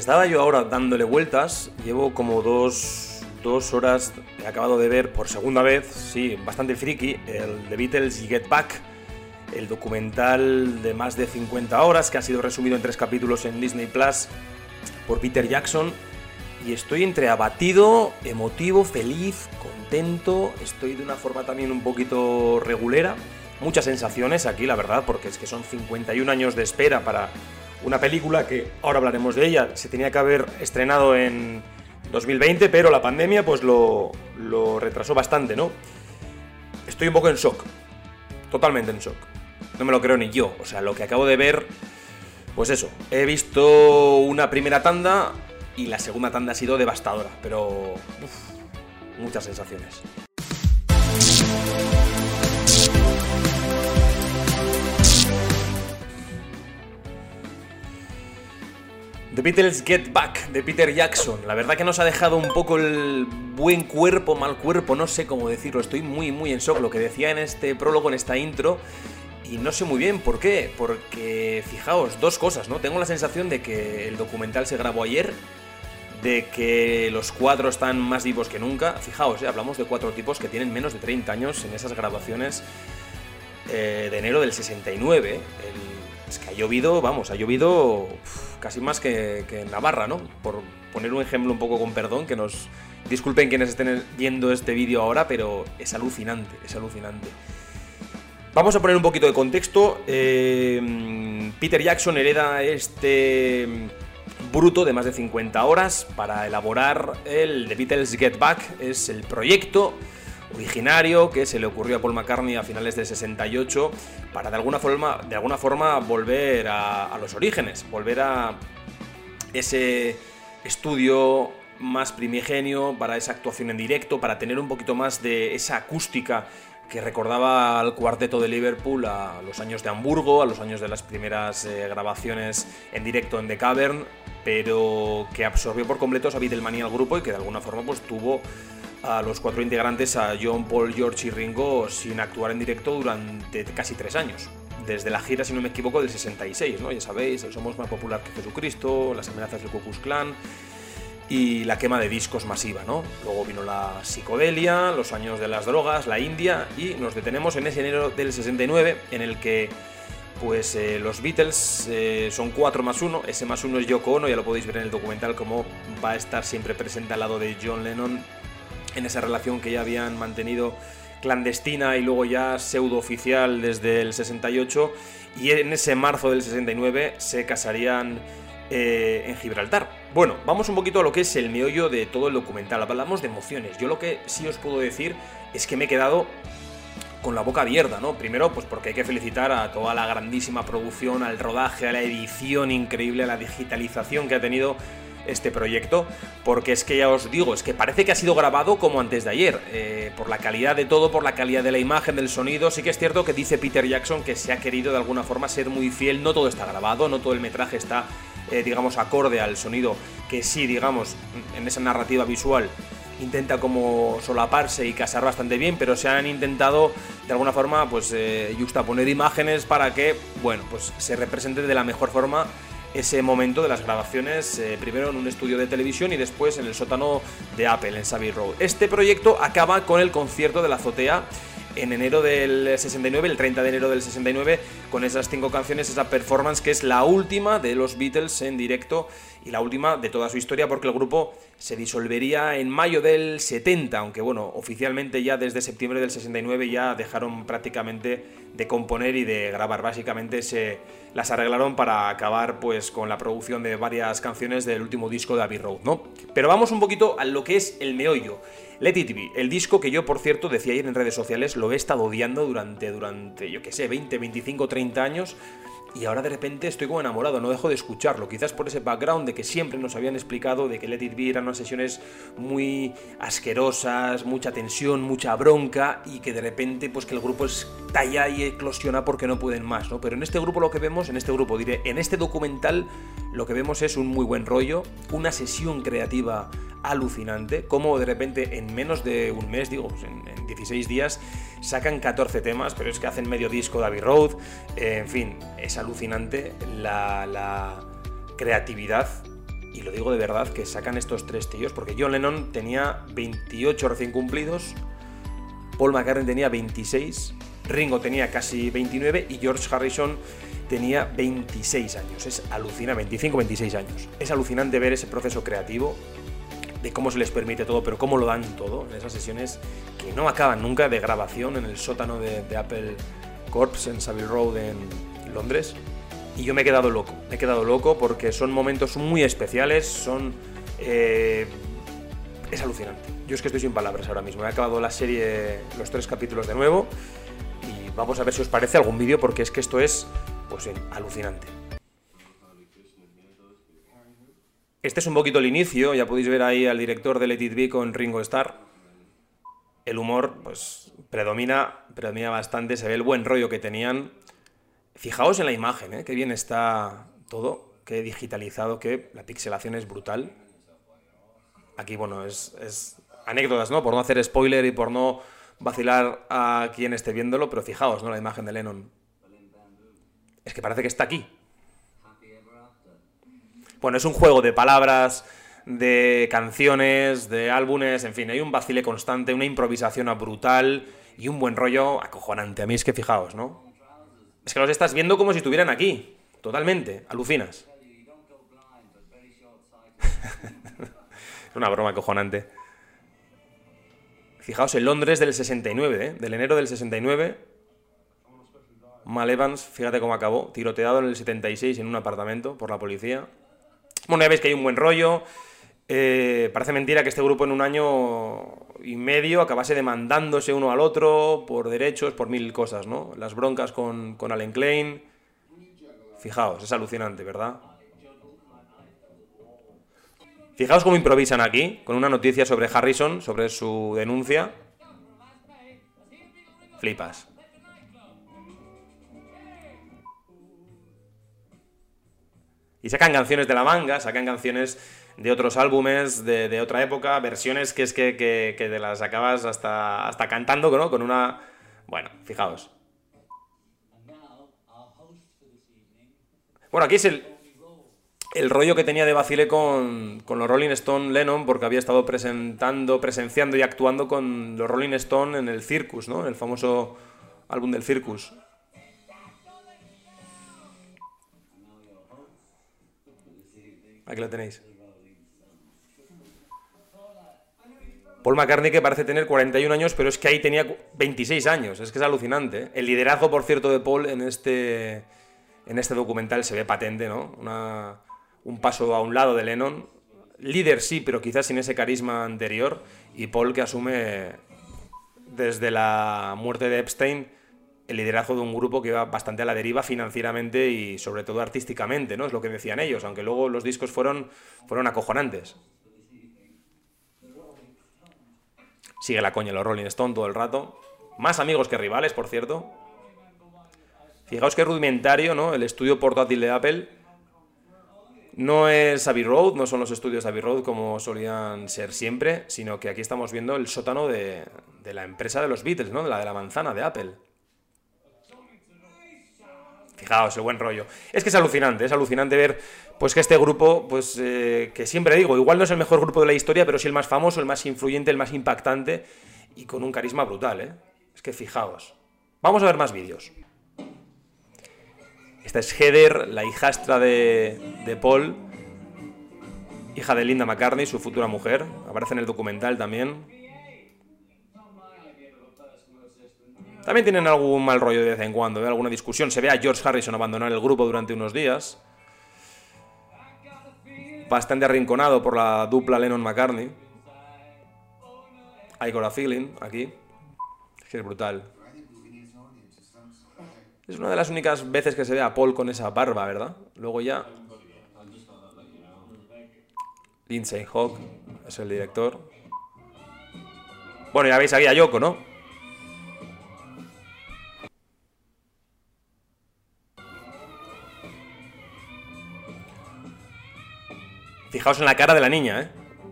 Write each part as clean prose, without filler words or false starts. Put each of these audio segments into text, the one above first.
estaba yo ahora dándole vueltas, llevo como dos horas, he acabado de ver por segunda vez, sí, bastante friki, el The Beatles Get Back, el documental de más de 50 horas que ha sido resumido en 3 capítulos en Disney Plus por Peter Jackson, y estoy entre abatido, emotivo, feliz, contento, estoy de una forma también un poquito regulera, muchas sensaciones aquí, la verdad, porque es que son 51 años de espera para una película que, ahora hablaremos de ella, se tenía que haber estrenado en 2020, pero la pandemia pues lo retrasó bastante, ¿no? Estoy un poco en shock, totalmente en shock, no me lo creo ni yo, o sea, lo que acabo de ver, pues eso, he visto una primera tanda y la segunda tanda ha sido devastadora, pero muchas sensaciones. The Beatles Get Back, de Peter Jackson. La verdad que nos ha dejado un poco el buen cuerpo, mal cuerpo, no sé cómo decirlo. Estoy muy en shock, lo que decía en este prólogo, en esta intro. Y no sé muy bien por qué. Porque, fijaos, dos cosas, ¿no? Tengo la sensación de que el documental se grabó ayer, de que los 4 están más vivos que nunca. Fijaos, hablamos de 4 tipos que tienen menos de 30 años en esas grabaciones de enero del 69. Es que ha llovido, ha llovido casi más que en Navarra, ¿no? Por poner un ejemplo un poco con perdón, que nos disculpen quienes estén viendo este vídeo ahora, pero es alucinante, es alucinante. Vamos a poner un poquito de contexto. Peter Jackson hereda este bruto de más de 50 horas para elaborar el The Beatles Get Back. Es el proyecto originario que se le ocurrió a Paul McCartney a finales del 68 para de alguna forma volver a los orígenes, volver a ese estudio más primigenio, para esa actuación en directo, para tener un poquito más de esa acústica que recordaba al cuarteto de Liverpool, a los años de Hamburgo, a los años de las primeras grabaciones en directo en The Cavern, pero que absorbió por completo esa Beatlemania al grupo y que de alguna forma pues tuvo a los 4 integrantes, a John, Paul, George y Ringo, sin actuar en directo durante casi 3 años. Desde la gira, si no me equivoco, del 66, ¿no? Ya sabéis, el Somos más popular que Jesucristo, las amenazas del Ku Klux Klan y la quema de discos masiva, ¿no? Luego vino la psicodelia, los años de las drogas, la India, y nos detenemos en ese enero del 69, en el que pues los Beatles son 4 más 1, ese más 1 es Yoko Ono, ya lo podéis ver en el documental cómo va a estar siempre presente al lado de John Lennon en esa relación que ya habían mantenido clandestina y luego ya pseudo oficial desde el 68, y en ese marzo del 69 se casarían en Gibraltar. Bueno, vamos un poquito a lo que es el meollo de todo el documental. Hablamos de emociones. Yo lo que sí os puedo decir es que me he quedado con la boca abierta, ¿no? Primero, pues porque hay que felicitar a toda la grandísima producción, al rodaje, a la edición increíble, a la digitalización que ha tenido este proyecto, porque es que ya os digo, es que parece que ha sido grabado como antes de ayer, por la calidad de todo, por la calidad de la imagen, del sonido. Sí que es cierto que dice Peter Jackson que se ha querido de alguna forma ser muy fiel, no todo está grabado, no todo el metraje está digamos acorde al sonido, que sí, digamos, en esa narrativa visual intenta como solaparse y casar bastante bien, pero se han intentado de alguna forma pues juxtaponer imágenes para que, bueno, pues se represente de la mejor forma ese momento de las grabaciones, primero en un estudio de televisión y después en el sótano de Apple en Savile Row. Este proyecto acaba con el concierto de la azotea en enero del 69, el 30 de enero del 69, con esas 5 canciones, esa performance que es la última de los Beatles en directo y la última de toda su historia, porque el grupo se disolvería en mayo del 70, aunque bueno, oficialmente ya desde septiembre del 69 ya dejaron prácticamente de componer y de grabar. Básicamente las arreglaron para acabar pues con la producción de varias canciones del último disco de Abbey Road, ¿no? Pero vamos un poquito a lo que es el meollo. Let It Be, el disco que yo, por cierto, decía ayer en redes sociales, lo he estado odiando durante yo qué sé, 20, 25, 30 años, y ahora de repente estoy como enamorado, no dejo de escucharlo, quizás por ese background de que siempre nos habían explicado de que Let It Be eran unas sesiones muy asquerosas, mucha tensión, mucha bronca, y que de repente pues que el grupo estalla y eclosiona porque no pueden más, ¿no? Pero en este grupo lo que vemos, en este documental, lo que vemos es un muy buen rollo, una sesión creativa alucinante, como de repente en menos de un mes, digo, en 16 días, sacan 14 temas, pero es que hacen medio disco de Abbey Road, en fin, es alucinante la creatividad y lo digo de verdad, que sacan estos tres tíos, porque John Lennon tenía 28 recién cumplidos, Paul McCartney tenía 26, Ringo tenía casi 29 y George Harrison tenía 26 años. Es alucinante, 25, 26 años. Es alucinante ver ese proceso creativo, de cómo se les permite todo, pero cómo lo dan todo en esas sesiones que no acaban nunca, de grabación en el sótano de Apple Corps en Savile Row en Londres. Y yo me he quedado loco porque son momentos muy especiales, es alucinante. Yo es que estoy sin palabras ahora mismo. He acabado la serie, los 3 capítulos de nuevo, y vamos a ver si os parece algún vídeo, porque es que esto es, pues, alucinante. Este es un poquito el inicio, ya podéis ver ahí al director de Let It Be con Ringo Starr. El humor, pues, predomina bastante, se ve el buen rollo que tenían. Fijaos en la imagen, qué bien está todo, qué digitalizado, que la pixelación es brutal. Aquí, bueno, es anécdotas, ¿no? Por no hacer spoiler y por no vacilar a quien esté viéndolo, pero fijaos, ¿no? La imagen de Lennon. Es que parece que está aquí. Bueno, es un juego de palabras, de canciones, de álbumes, en fin, hay un vacile constante, una improvisación brutal y un buen rollo acojonante. A mí es que fijaos, ¿no? Es que los estás viendo como si estuvieran aquí, totalmente, alucinas. Es una broma acojonante. Fijaos, en Londres del 69, del enero del 69, Mal Evans, fíjate cómo acabó, tiroteado en el 76 en un apartamento por la policía. Bueno, ya veis que hay un buen rollo. Parece mentira que este grupo en un año y medio acabase demandándose uno al otro por derechos, por mil cosas, ¿no? Las broncas con Allen Klein. Fijaos, es alucinante, ¿verdad? Fijaos cómo improvisan aquí, con una noticia sobre Harrison, sobre su denuncia. Flipas. Y sacan canciones de la manga, sacan canciones de otros álbumes, de otra época, versiones que es que te las acabas hasta cantando, ¿no? Con una... Bueno, fijaos. Bueno, aquí es el rollo que tenía de vacile con los Rolling Stone Lennon, porque había estado presenciando y actuando con los Rolling Stone en el Circus, ¿no? El famoso álbum del Circus. Aquí lo tenéis. Paul McCartney, que parece tener 41 años, pero es que ahí tenía 26 años. Es que es alucinante, ¿eh? El liderazgo, por cierto, de Paul en este documental se ve patente, ¿no? Un paso a un lado de Lennon. Líder sí, pero quizás sin ese carisma anterior. Y Paul, que asume desde la muerte de Epstein el liderazgo de un grupo que iba bastante a la deriva financieramente y sobre todo artísticamente, ¿no? Es lo que decían ellos, aunque luego los discos fueron acojonantes. Sigue la coña los Rolling Stone todo el rato. Más amigos que rivales, por cierto. Fijaos qué rudimentario, ¿no? El estudio portátil de Apple. No es Abbey Road, no son los estudios de Abbey Road como solían ser siempre, sino que aquí estamos viendo el sótano de la empresa de los Beatles, ¿no? De la manzana de Apple. Fijaos, el buen rollo. Es que es alucinante ver pues que este grupo, pues que siempre digo, igual no es el mejor grupo de la historia, pero sí el más famoso, el más influyente, el más impactante y con un carisma brutal, ¿eh? Es que fijaos. Vamos a ver más vídeos. Esta es Heather, la hijastra de Paul, hija de Linda McCartney, su futura mujer. Aparece en el documental también. También tienen algún mal rollo de vez en cuando, ¿eh? Alguna discusión. Se ve a George Harrison abandonar el grupo durante unos días. Bastante arrinconado por la dupla Lennon-McCartney. I Got a Feeling, aquí. Es que es brutal. Es una de las únicas veces que se ve a Paul con esa barba, ¿verdad? Luego ya... Lindsay Hogg es el director. Bueno, ya veis aquí a Yoko, ¿no? Fijaos en la cara de la niña, ¿eh?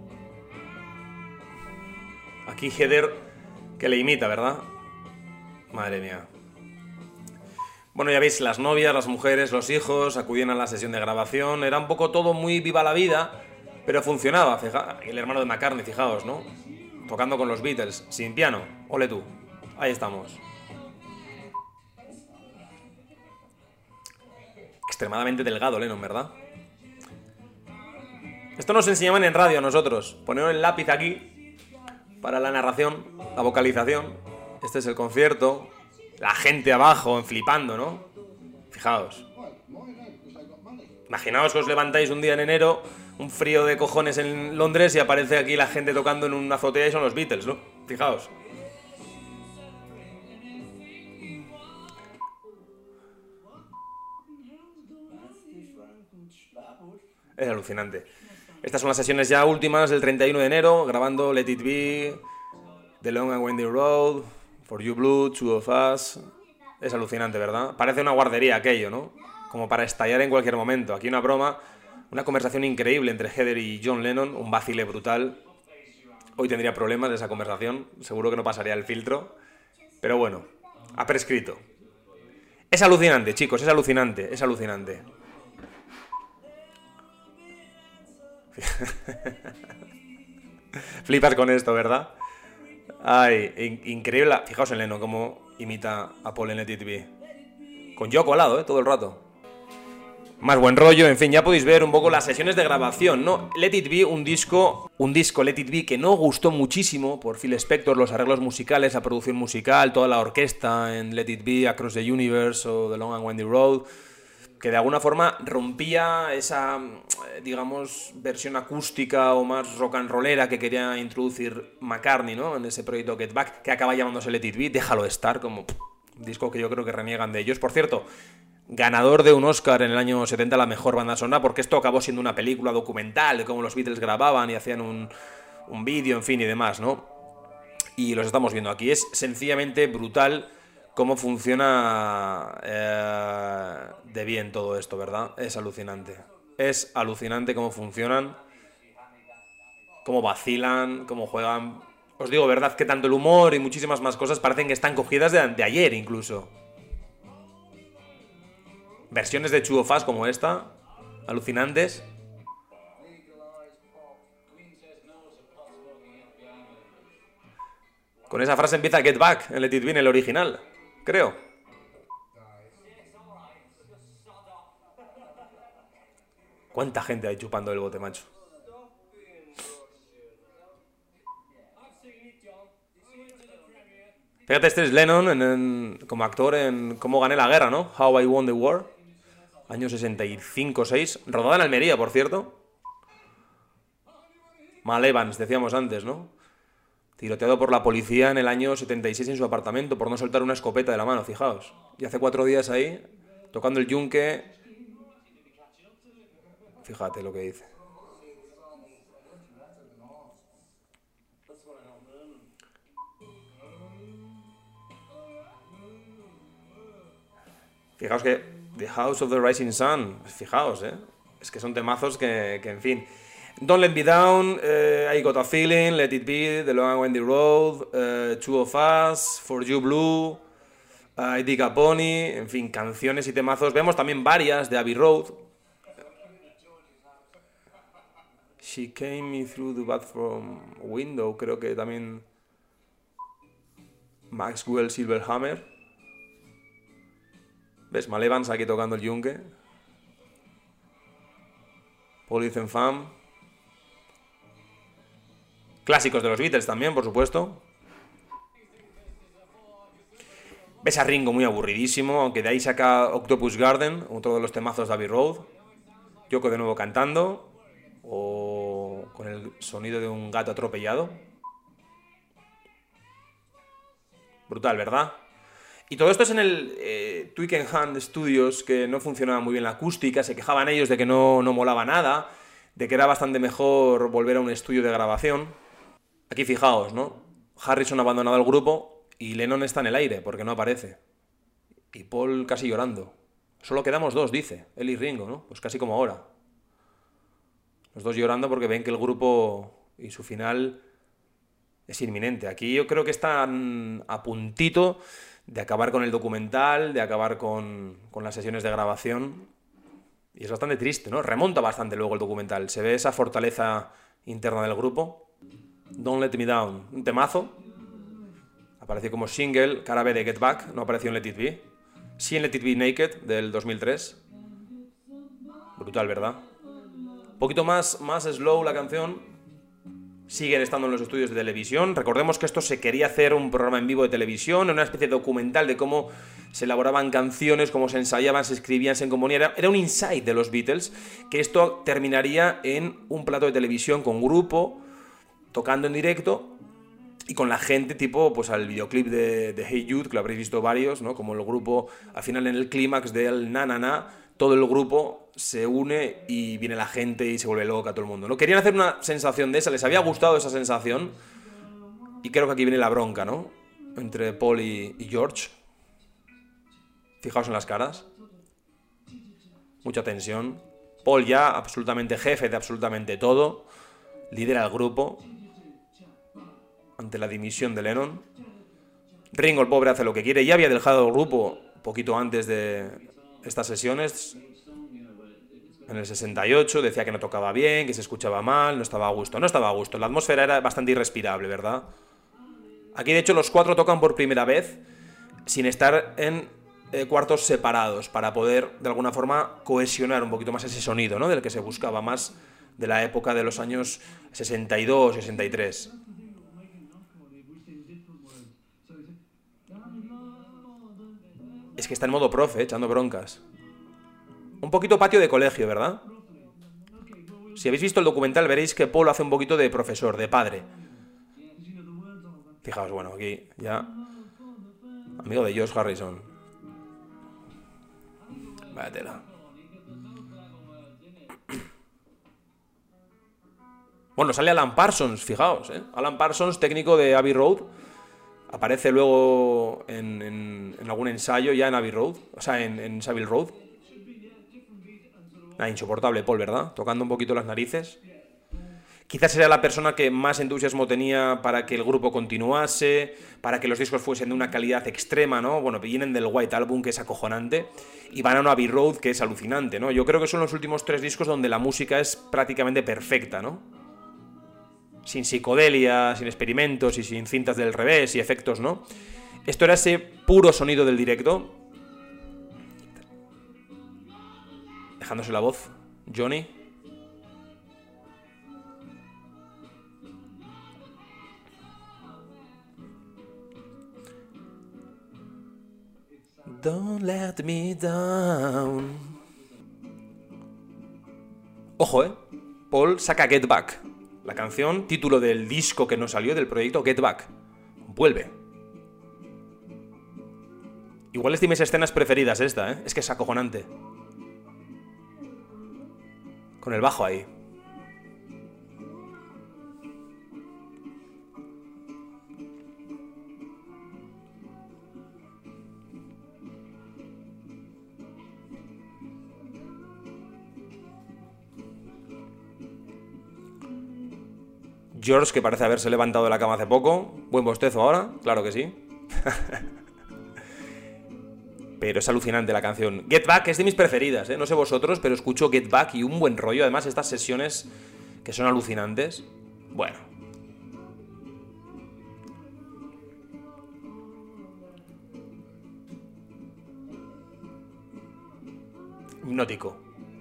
Aquí Heather, que le imita, ¿verdad? Madre mía. Bueno, ya veis, las novias, las mujeres, los hijos acudían a la sesión de grabación. Era un poco todo muy viva la vida. Pero funcionaba, el hermano de McCartney, fijaos, ¿no? Tocando con los Beatles, sin piano. Ole tú. Ahí estamos. Extremadamente delgado Lennon, ¿verdad? Esto nos enseñaban en radio a nosotros. Poner el lápiz aquí para la narración, la vocalización. Este es el concierto. La gente abajo, flipando, ¿no? Fijaos. Imaginaos que os levantáis un día en enero, un frío de cojones en Londres y aparece aquí la gente tocando en una azotea y son los Beatles, ¿no? Fijaos. Es alucinante. Estas son las sesiones ya últimas del 31 de enero, grabando Let It Be, The Long and Winding Road, For You Blue, Two of Us. Es alucinante, ¿verdad? Parece una guardería aquello, ¿no? Como para estallar en cualquier momento. Aquí una broma, una conversación increíble entre Heather y John Lennon, un vacile brutal. Hoy tendría problemas de esa conversación, seguro que no pasaría el filtro. Pero bueno, ha prescrito. Es alucinante, chicos, es alucinante, es alucinante. Flipas con esto, ¿verdad? Ay, increíble. Fijaos en Lennon cómo imita a Paul en Let It Be. Con Yoko al lado, todo el rato. Más buen rollo, en fin, ya podéis ver un poco las sesiones de grabación, ¿no? Let It Be, un disco Let It Be que no gustó muchísimo por Phil Spector, los arreglos musicales, la producción musical, toda la orquesta en Let It Be, Across the Universe o The Long and Winding Road, que de alguna forma rompía esa, digamos, versión acústica o más rock and rollera que quería introducir McCartney, ¿no? En ese proyecto Get Back, que acaba llamándose Let It Be, déjalo estar, como un disco que yo creo que reniegan de ellos. Por cierto, ganador de un Oscar en el año 70 la mejor banda sonora, porque esto acabó siendo una película documental de cómo los Beatles grababan y hacían un vídeo, en fin, y demás, ¿no? Y los estamos viendo aquí. Es sencillamente brutal cómo funciona de bien todo esto, ¿verdad? Es alucinante. Es alucinante cómo funcionan, cómo vacilan, cómo juegan. Os digo, ¿verdad? Que tanto el humor y muchísimas más cosas parecen que están cogidas de ayer incluso. Versiones de Two of Us como esta, alucinantes. Con esa frase empieza Get Back en Let It Be, en el original, creo. ¿Cuánta gente hay chupando el bote, macho? Fíjate, este es Lennon como actor en Cómo gané la guerra, ¿no? How I Won the War. Año 65-6. Rodada en Almería, por cierto. Mal Evans, decíamos antes, ¿no? Tiroteado por la policía en el año 76 en su apartamento por no soltar una escopeta de la mano, fijaos. Y hace 4 días ahí, tocando el yunque. Fíjate lo que dice. Fijaos que The House of the Rising Sun, fijaos, es que son temazos que en fin. Don't Let Me Down, I Got a Feeling, Let It Be, The Long and Winding Road, Two of Us, For You Blue, I Dig a Pony, en fin, canciones y temazos. Vemos también varias de Abbey Road. She Came Me Through the Bathroom Window, creo que también Maxwell Silverhammer. ¿Ves? Mal Evans aquí tocando el yunque. Police and Femme. Clásicos de los Beatles también, por supuesto. Ves a Ringo muy aburridísimo, aunque de ahí saca Octopus Garden, otro de los temazos de Abbey Road. Yoko de nuevo cantando, o con el sonido de un gato atropellado. Brutal, ¿verdad? Y todo esto es en el Twickenham Studios, que no funcionaba muy bien la acústica, se quejaban ellos de que no molaba nada, de que era bastante mejor volver a un estudio de grabación. Aquí fijaos, ¿no? Harrison ha abandonado el grupo y Lennon está en el aire porque no aparece. Y Paul casi llorando. Solo quedamos 2, dice, él y Ringo, ¿no? Pues casi como ahora. Los 2 llorando porque ven que el grupo y su final es inminente. Aquí yo creo que están a puntito de acabar con el documental, de acabar con las sesiones de grabación Y es bastante triste, ¿no? Remonta bastante luego el documental. Se ve esa fortaleza interna del grupo. Don't Let Me Down, un temazo. Apareció como single, cara B de Get Back, no apareció en Let It Be. Sí en Let It Be Naked, del 2003. Brutal, ¿verdad? Un poquito más slow la canción. Siguen estando en los estudios de televisión. Recordemos que esto se quería hacer un programa en vivo de televisión, una especie de documental de cómo se elaboraban canciones, cómo se ensayaban, se escribían, se componían. Era un insight de los Beatles, que esto terminaría en un plato de televisión con grupo, tocando en directo, y con la gente tipo, pues al videoclip de Hey Jude, que lo habréis visto varios, ¿no? Como el grupo, al final en el clímax del Na Na Na, todo el grupo se une y viene la gente y se vuelve loca todo el mundo, ¿no? Querían hacer una sensación de esa, les había gustado esa sensación, y creo que aquí viene la bronca, ¿no? Entre Paul y George. Fijaos en las caras. Mucha tensión. Paul ya absolutamente jefe de absolutamente todo, lidera el grupo ante la dimisión de Lennon. Ringo, el pobre, hace lo que quiere. Ya había dejado el grupo poquito antes de estas sesiones, en el 68, decía que no tocaba bien, que se escuchaba mal, no estaba a gusto. No estaba a gusto, la atmósfera era bastante irrespirable, ¿verdad? Aquí, de hecho, los cuatro tocan por primera vez sin estar en cuartos separados, para poder, de alguna forma, cohesionar un poquito más ese sonido, ¿no? Del que se buscaba, más de la época de los años 62, 63. Es que está en modo profe, echando broncas. Un poquito patio de colegio, ¿verdad? Si habéis visto el documental veréis que Paul hace un poquito de profesor, de padre. Fijaos, bueno, aquí ya... Amigo de George Harrison. Vaya tela. Bueno, sale Alan Parsons, fijaos, ¿eh? Alan Parsons, técnico de Abbey Road. Aparece luego en algún ensayo ya en Abbey Road, o sea, en Savile Road. Insoportable Paul, ¿verdad? Tocando un poquito las narices. Quizás era la persona que más entusiasmo tenía para que el grupo continuase, para que los discos fuesen de una calidad extrema, ¿no? Bueno, vienen del White Album, que es acojonante, y van a un Abbey Road, que es alucinante, ¿no? Yo creo que son los últimos 3 discos donde la música es prácticamente perfecta, ¿no? Sin psicodelia, sin experimentos y sin cintas del revés y efectos, ¿no? Esto era ese puro sonido del directo. Dejándose la voz, Johnny. Don't let me down. Ojo, Paul saca Get Back, la canción, título del disco que no salió del proyecto Get Back. Vuelve. Igual es de mis escenas preferidas esta, Es que es acojonante. Con el bajo ahí. George, que parece haberse levantado de la cama hace poco. Buen bostezo ahora, claro que sí. Pero es alucinante la canción. Get Back es de mis preferidas, no sé vosotros, pero escucho Get Back y un buen rollo. Además, estas sesiones que son alucinantes. Bueno. Hipnótico.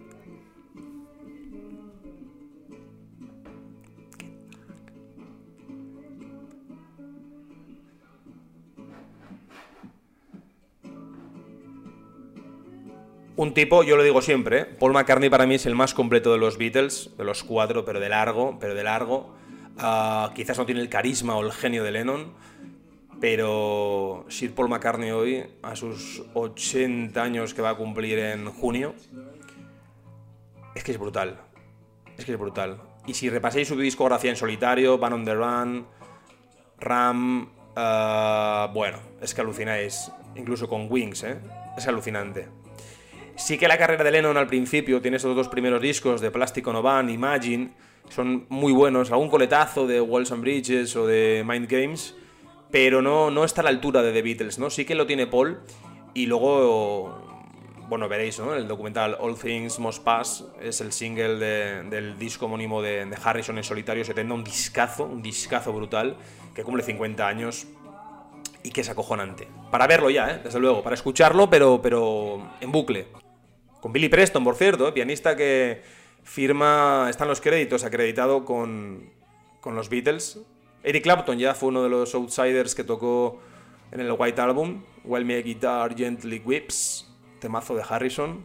Un tipo, yo lo digo siempre, Paul McCartney para mí es el más completo de los Beatles, de los 4, pero de largo. Quizás no tiene el carisma o el genio de Lennon, pero Sir Paul McCartney hoy, a sus 80 años que va a cumplir en junio, es que es brutal. Y si repasáis su discografía en solitario, Van on the Run, Ram, bueno, es que alucináis, incluso con Wings, es alucinante. Sí que la carrera de Lennon al principio tiene esos 2 primeros discos de Plastic Ono Band, Imagine, son muy buenos, algún coletazo de Walls and Bridges o de Mind Games, pero no está a la altura de The Beatles, ¿no? Sí que lo tiene Paul, y luego bueno, veréis, ¿no? El documental All Things Must Pass es el single del disco homónimo de Harrison en solitario 70, un discazo brutal, que cumple 50 años y que es acojonante. Para verlo ya, desde luego, para escucharlo, pero en bucle. Con Billy Preston, por cierto, pianista que está en los créditos, acreditado con los Beatles. Eric Clapton ya fue uno de los outsiders que tocó en el White Album, While My Guitar Gently Weeps, temazo de Harrison.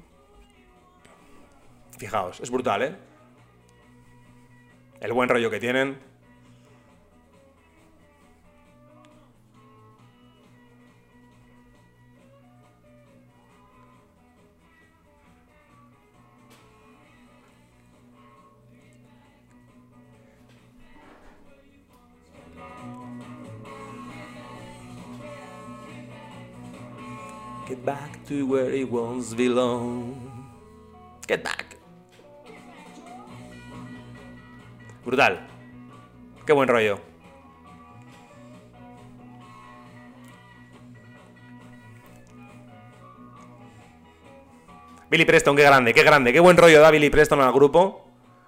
Fijaos, es brutal, el buen rollo que tienen. Get back to where it once belonged. Get back. Brutal. Qué buen rollo. Billy Preston, qué grande, qué buen rollo da Billy Preston al grupo.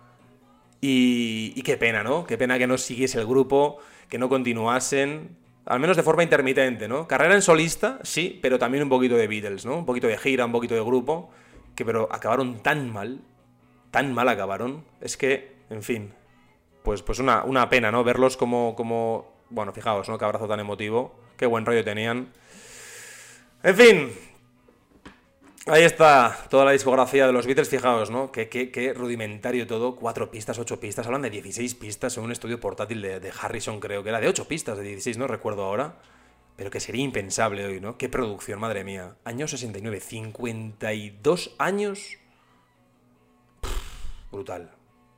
Y qué pena, ¿no? Qué pena que no siguiese el grupo, que no continuasen, al menos de forma intermitente, ¿no? Carrera en solista, sí, pero también un poquito de Beatles, ¿no? Un poquito de gira, un poquito de grupo, pero acabaron tan mal acabaron. Es que, en fin, pues una pena, ¿no? Verlos como... Bueno, fijaos, ¿no? Qué abrazo tan emotivo, qué buen rollo tenían. En fin, ahí está toda la discografía de los Beatles, fijaos, ¿no? Qué rudimentario todo, 4 pistas, 8 pistas, hablan de 16 pistas en un estudio portátil de Harrison, creo que era de 8 pistas, de 16, no recuerdo ahora, pero que sería impensable hoy, ¿no? Qué producción, madre mía. Año 69, 52 años. Brutal.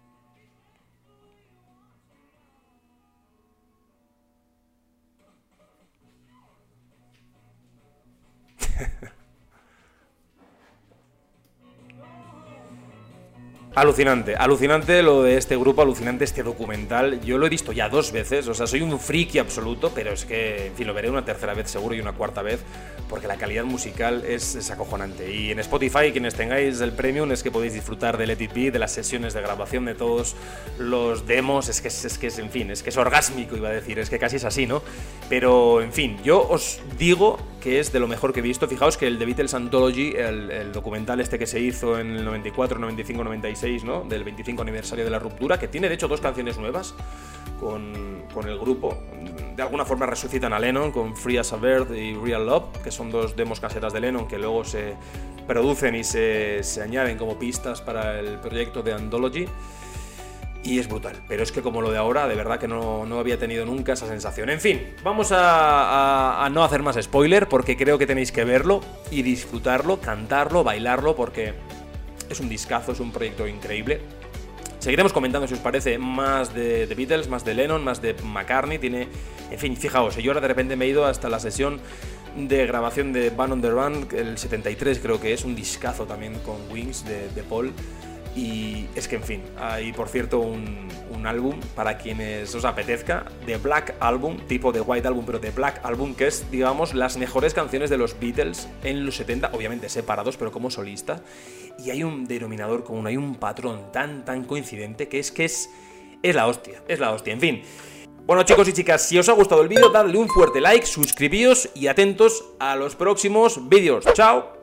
Alucinante lo de este grupo, alucinante este documental. Yo lo he visto ya 2 veces, o sea, soy un friki absoluto, pero es que, en fin, lo veré una tercera vez seguro y una cuarta vez, porque la calidad musical es acojonante. Y en Spotify, quienes tengáis el Premium, es que podéis disfrutar del Let It Be, de las sesiones de grabación, de todos los demos, es que es orgásmico, iba a decir, es que casi es así, ¿no? Pero, en fin, yo os digo que es de lo mejor que he visto. Fijaos que el The Beatles Anthology, el documental este que se hizo en el 94, 95, 96, ¿no? Del 25 aniversario de la ruptura, que tiene de hecho 2 canciones nuevas con el grupo. De alguna forma resucitan a Lennon con Free as a Bird y Real Love, que son 2 demos caseras de Lennon que luego se producen y se añaden como pistas para el proyecto de Anthology. Y es brutal, pero es que como lo de ahora, de verdad que no había tenido nunca esa sensación. En fin, vamos a no hacer más spoiler, porque creo que tenéis que verlo y disfrutarlo, cantarlo, bailarlo, porque es un discazo, es un proyecto increíble. Seguiremos comentando, si os parece, más de Beatles, más de Lennon, más de McCartney. En fin, fijaos, yo ahora de repente me he ido hasta la sesión de grabación de Band on the Run, el 73 creo que es, un discazo también con Wings de Paul. Y es que, en fin, hay, por cierto, un álbum para quienes os apetezca, de Black Album, tipo de White Album, pero de Black Album, que es, digamos, las mejores canciones de los Beatles en los 70, obviamente separados, pero como solista. Y hay un denominador común, hay un patrón tan coincidente que es la hostia, en fin. Bueno, chicos y chicas, si os ha gustado el vídeo, dadle un fuerte like, suscribíos y atentos a los próximos vídeos. ¡Chao!